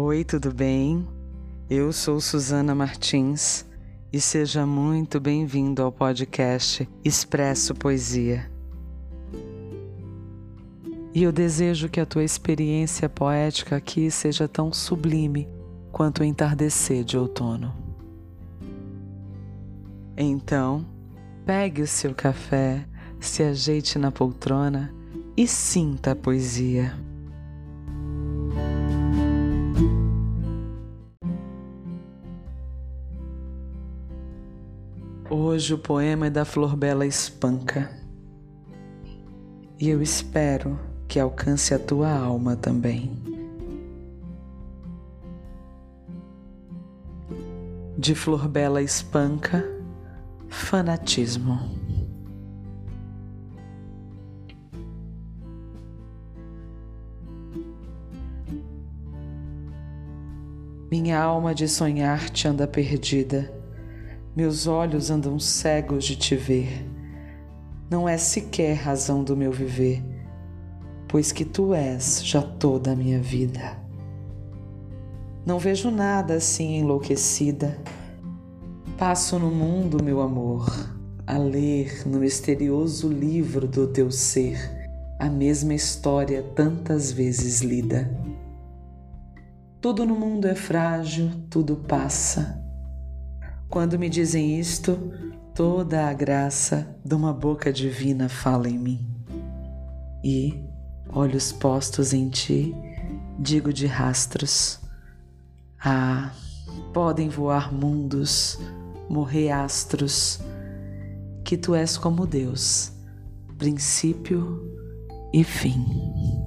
Oi, tudo bem? Eu sou Suzana Martins e seja muito bem-vindo ao podcast Expresso Poesia. E eu desejo que a tua experiência poética aqui seja tão sublime quanto o entardecer de outono. Então, pegue o seu café, se ajeite na poltrona e sinta a poesia. Hoje o poema é da Florbela Espanca e eu espero que alcance a tua alma também. De Florbela Espanca, Fanatismo. Minha alma de sonhar-te anda perdida, meus olhos andam cegos de te ver. Não é sequer razão do meu viver, pois que tu és já toda a minha vida. Não vejo nada assim enlouquecida. Passo no mundo, meu amor, a ler no misterioso livro do teu ser a mesma história tantas vezes lida. Tudo no mundo é frágil, tudo passa. Quando me dizem isto, toda a graça de uma boca divina fala em mim. E, olhos postos em ti, digo de rastros: ah, podem voar mundos, morrer astros, que tu és como Deus, princípio e fim.